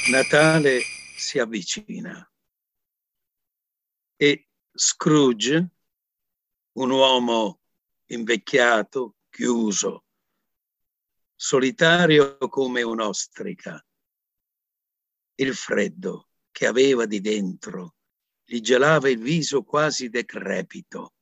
Natale si avvicina e Scrooge, un uomo invecchiato, chiuso, solitario come un'ostrica, il freddo che aveva di dentro gli gelava il viso quasi decrepito,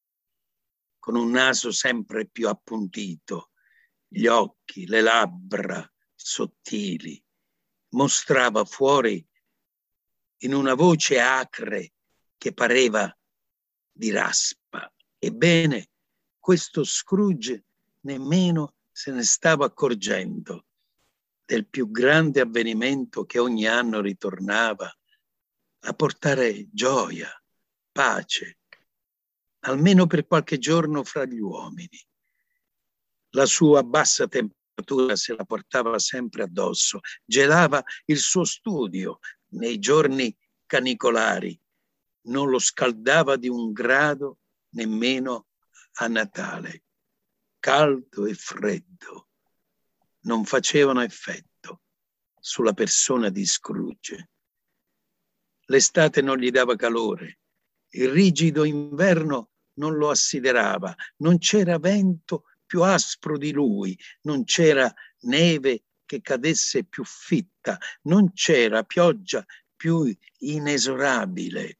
con un naso sempre più appuntito, gli occhi, le labbra sottili, mostrava fuori in una voce acre che pareva di raspa. Ebbene, questo Scrooge nemmeno se ne stava accorgendo del più grande avvenimento che ogni anno ritornava a portare gioia, pace, almeno per qualche giorno fra gli uomini. La sua bassa temperatura se la portava sempre addosso, gelava il suo studio nei giorni canicolari, non lo scaldava di un grado nemmeno a Natale. Caldo e freddo non facevano effetto sulla persona di Scrooge. L'estate non gli dava calore, il rigido inverno non lo assiderava, non c'era vento più aspro di lui, non c'era neve che cadesse più fitta, non c'era pioggia più inesorabile.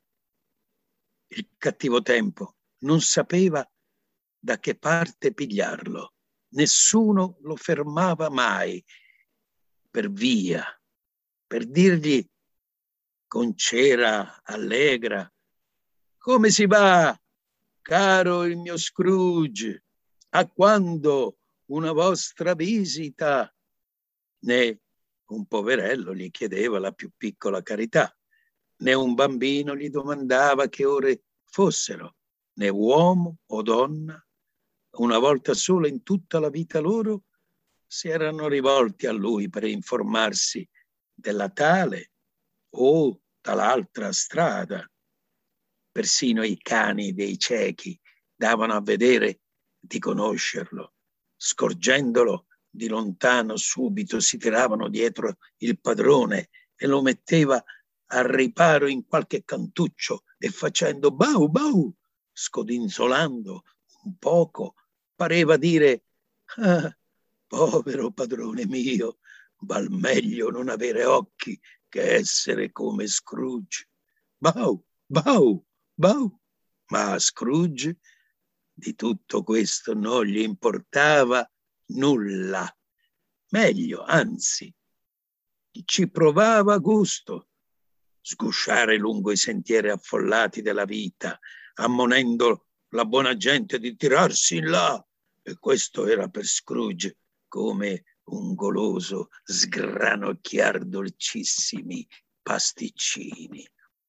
Il cattivo tempo non sapeva da che parte pigliarlo. Nessuno lo fermava mai per via, per dirgli con cera allegra: come si va, caro il mio Scrooge? A quando una vostra visita? Né un poverello gli chiedeva la più piccola carità, né un bambino gli domandava che ore fossero, né uomo o donna, una volta sola in tutta la vita loro, si erano rivolti a lui per informarsi della tale o dall'altra strada. Persino i cani dei ciechi davano a vedere di conoscerlo. Scorgendolo di lontano, subito si tiravano dietro il padrone e lo metteva al riparo in qualche cantuccio e facendo bau bau, scodinzolando un poco, pareva dire: ah, povero padrone mio, val meglio non avere occhi che essere come Scrooge. Bau, bau, bau. Ma a Scrooge di tutto questo non gli importava nulla. Meglio, anzi, ci provava gusto sgusciare lungo i sentieri affollati della vita, ammonendo la buona gente di tirarsi in là. E questo era per Scrooge come un goloso sgranocchiar dolcissimi pasticcini.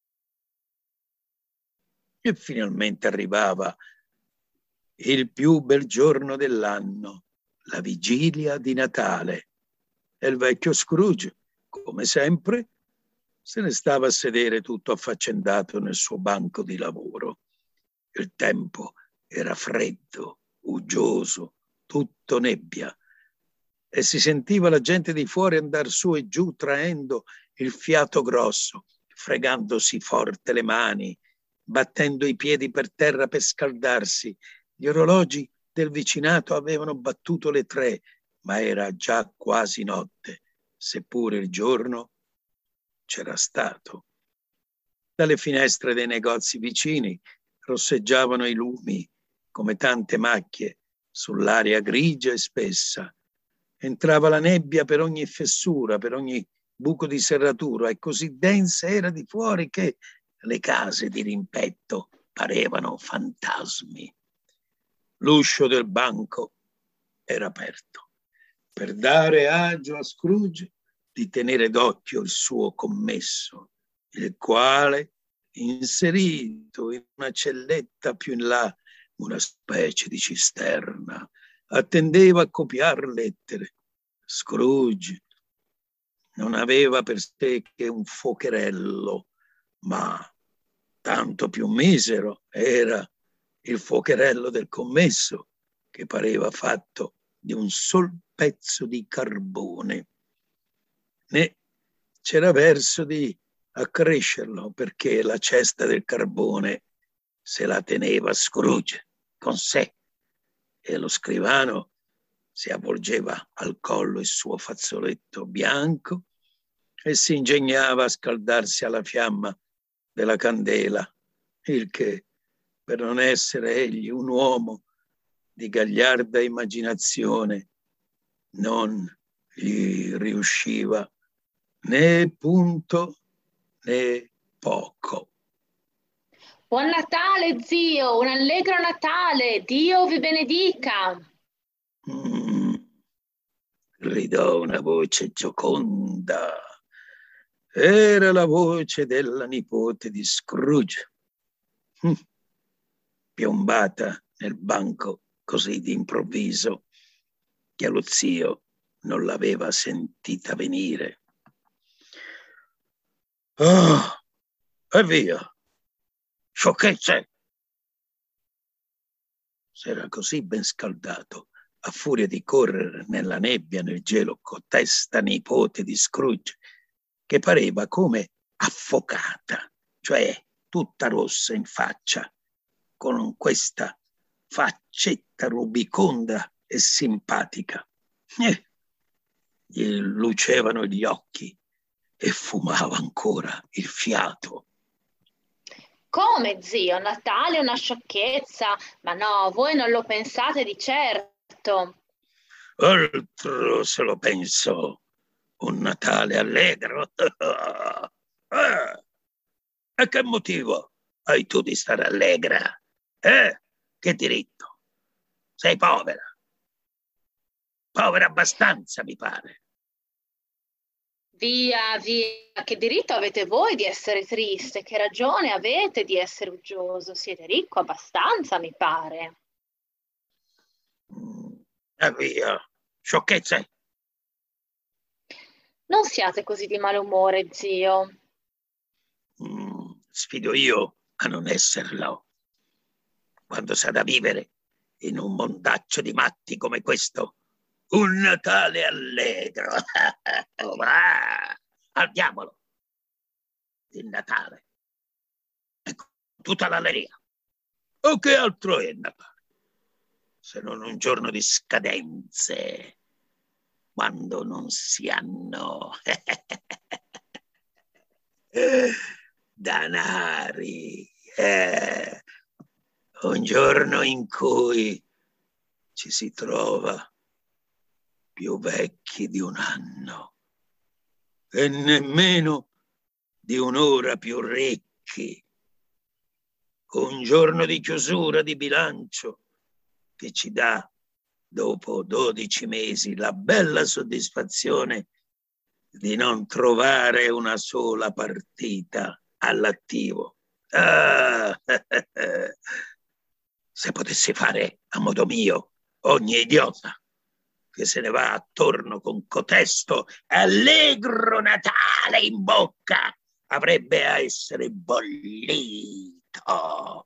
E finalmente arrivava il più bel giorno dell'anno, la vigilia di Natale. E il vecchio Scrooge, come sempre, se ne stava a sedere tutto affaccendato nel suo banco di lavoro. Il tempo era freddo, uggioso, tutto nebbia, e si sentiva la gente di fuori andare su e giù traendo il fiato grosso, fregandosi forte le mani, battendo i piedi per terra per scaldarsi. Gli orologi del vicinato avevano battuto le 3, ma era già quasi notte, seppure il giorno c'era stato. Dalle finestre dei negozi vicini rosseggiavano i lumi come tante macchie sull'aria grigia e spessa. Entrava la nebbia per ogni fessura, per ogni buco di serratura, e così densa era di fuori che le case di rimpetto parevano fantasmi. L'uscio del banco era aperto per dare agio a Scrooge di tenere d'occhio il suo commesso, il quale, inserito in una celletta più in là, una specie di cisterna, attendeva a copiar lettere. Scrooge non aveva per sé che un fuocherello, ma tanto più misero era il fuocherello del commesso, che pareva fatto di un sol pezzo di carbone. Né c'era verso di accrescerlo, perché la cesta del carbone se la teneva Scrooge con sé e lo scrivano si avvolgeva al collo il suo fazzoletto bianco e si ingegnava a scaldarsi alla fiamma della candela, il che, per non essere egli un uomo di gagliarda immaginazione, non gli riusciva né punto né poco. Buon Natale, zio, un allegro Natale, Dio vi benedica. Gridò una voce gioconda. Era la voce della nipote di Scrooge, piombata nel banco così d'improvviso che lo zio non l'aveva sentita venire. Oh, e via! Sciocchezze! S'era così ben scaldato, a furia di correre nella nebbia, nel gelo, cotesta nipote di Scrooge, che pareva come affocata, cioè tutta rossa in faccia, con questa faccetta rubiconda e simpatica. Gli lucevano gli occhi e fumava ancora il fiato. Come, zio? Natale è una sciocchezza? Ma no, voi non lo pensate di certo. Altro se lo penso, un Natale allegro. E che motivo hai tu di stare allegra? Che diritto? Sei povera. Povera abbastanza, mi pare. Via, via, che diritto avete voi di essere triste? Che ragione avete di essere uggioso? Siete ricco abbastanza, mi pare. E via, sciocchezze. Non siate così di malumore, zio. Sfido io a non esserlo. Quando s'ha da vivere in un mondaccio di matti come questo, un Natale allegro. Al diavolo il Natale. Ecco, tutta l'alleria. O che altro è Natale? Se non un giorno di scadenze, quando non si hanno danari. Un giorno in cui ci si trova più vecchi di un anno e nemmeno di un'ora più ricchi. Un giorno di chiusura di bilancio che ci dà, dopo 12 mesi, la bella soddisfazione di non trovare una sola partita all'attivo. Se potessi fare a modo mio ogni idiota che se ne va attorno con cotesto allegro Natale in bocca, avrebbe a essere bollito,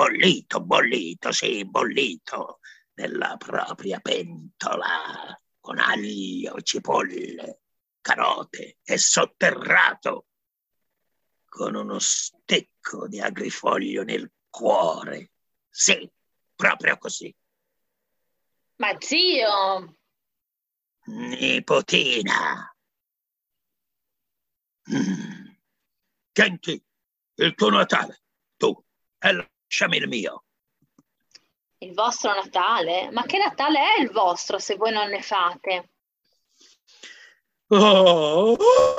sì, bollito, nella propria pentola, con aglio, cipolle, carote e sotterrato, con uno stecco di agrifoglio nel cuore. Sì, proprio così. Ma zio! Nipotina. Senti, il tuo Natale, tu, e lasciami il mio. Il vostro Natale? Ma che Natale è il vostro se voi non ne fate? Oh,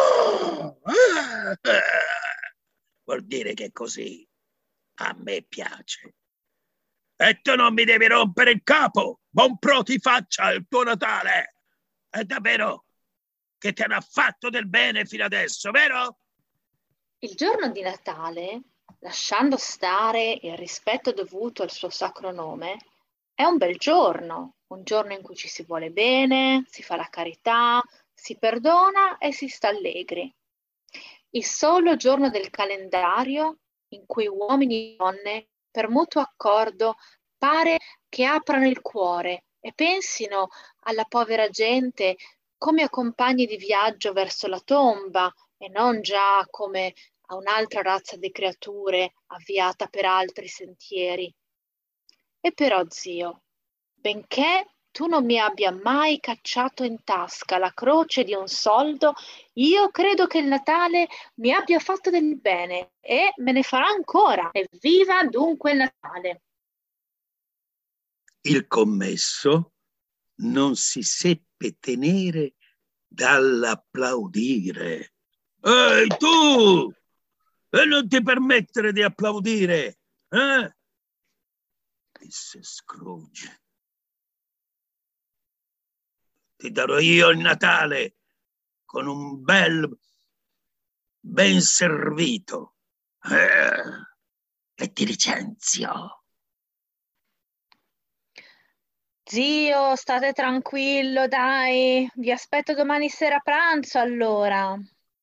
vuol dire che così a me piace. E tu non mi devi rompere il capo. Buon pro ti faccia il tuo Natale. È davvero che te ne ha fatto del bene fino adesso, vero? Il giorno di Natale, lasciando stare il rispetto dovuto al suo sacro nome, è un bel giorno, un giorno in cui ci si vuole bene, si fa la carità, si perdona e si sta allegri. Il solo giorno del calendario in cui uomini e donne, per mutuo accordo, pare che aprano il cuore e pensino alla povera gente come a compagni di viaggio verso la tomba e non già come a un'altra razza di creature avviata per altri sentieri. E però, zio, benché tu non mi abbia mai cacciato in tasca la croce di un soldo, io credo che il Natale mi abbia fatto del bene e me ne farà ancora. Evviva dunque il Natale! Il commesso non si seppe tenere dall'applaudire. Ehi tu! E non ti permettere di applaudire, eh? Disse Scrooge. Ti darò io il Natale con un bel ben servito e ti licenzio. Zio, state tranquillo, dai. Vi aspetto domani sera a pranzo, allora.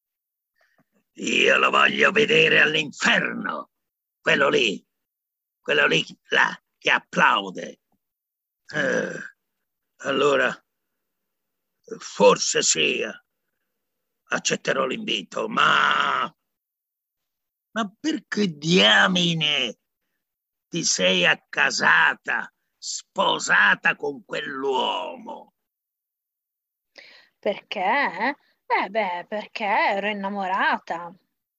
Io lo voglio vedere all'inferno, quello lì là, che applaude. Allora, forse sì, accetterò l'invito, ma perché diamine ti sei accasata, sposata con quell'uomo? Perché? Beh, perché ero innamorata.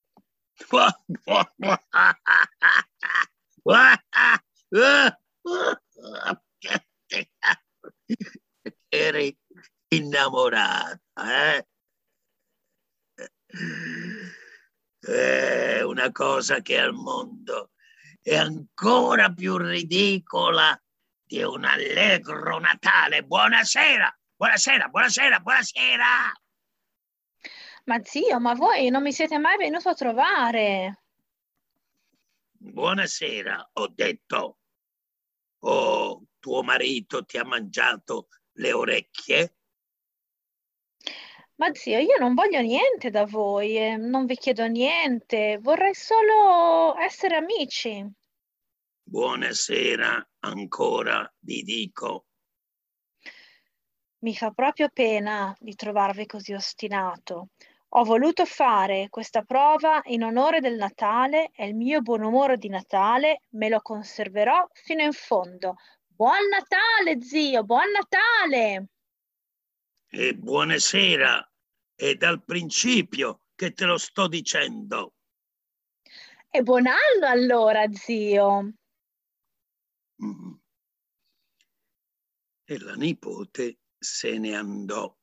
Eri innamorata, eh? È una cosa che al mondo è ancora più ridicola di un allegro Natale. Buonasera, buonasera, buonasera, buonasera. Ma zio, ma voi non mi siete mai venuto a trovare? Buonasera, ho detto. Oh, tuo marito ti ha mangiato le orecchie? Ma zio, io non voglio niente da voi, non vi chiedo niente, vorrei solo essere amici. Buonasera, ancora vi dico. Mi fa proprio pena di trovarvi così ostinato. Ho voluto fare questa prova in onore del Natale e il mio buon umore di Natale me lo conserverò fino in fondo. Buon Natale, zio, buon Natale! E buonasera, è dal principio che te lo sto dicendo. E buon anno allora, zio! E la nipote se ne andò.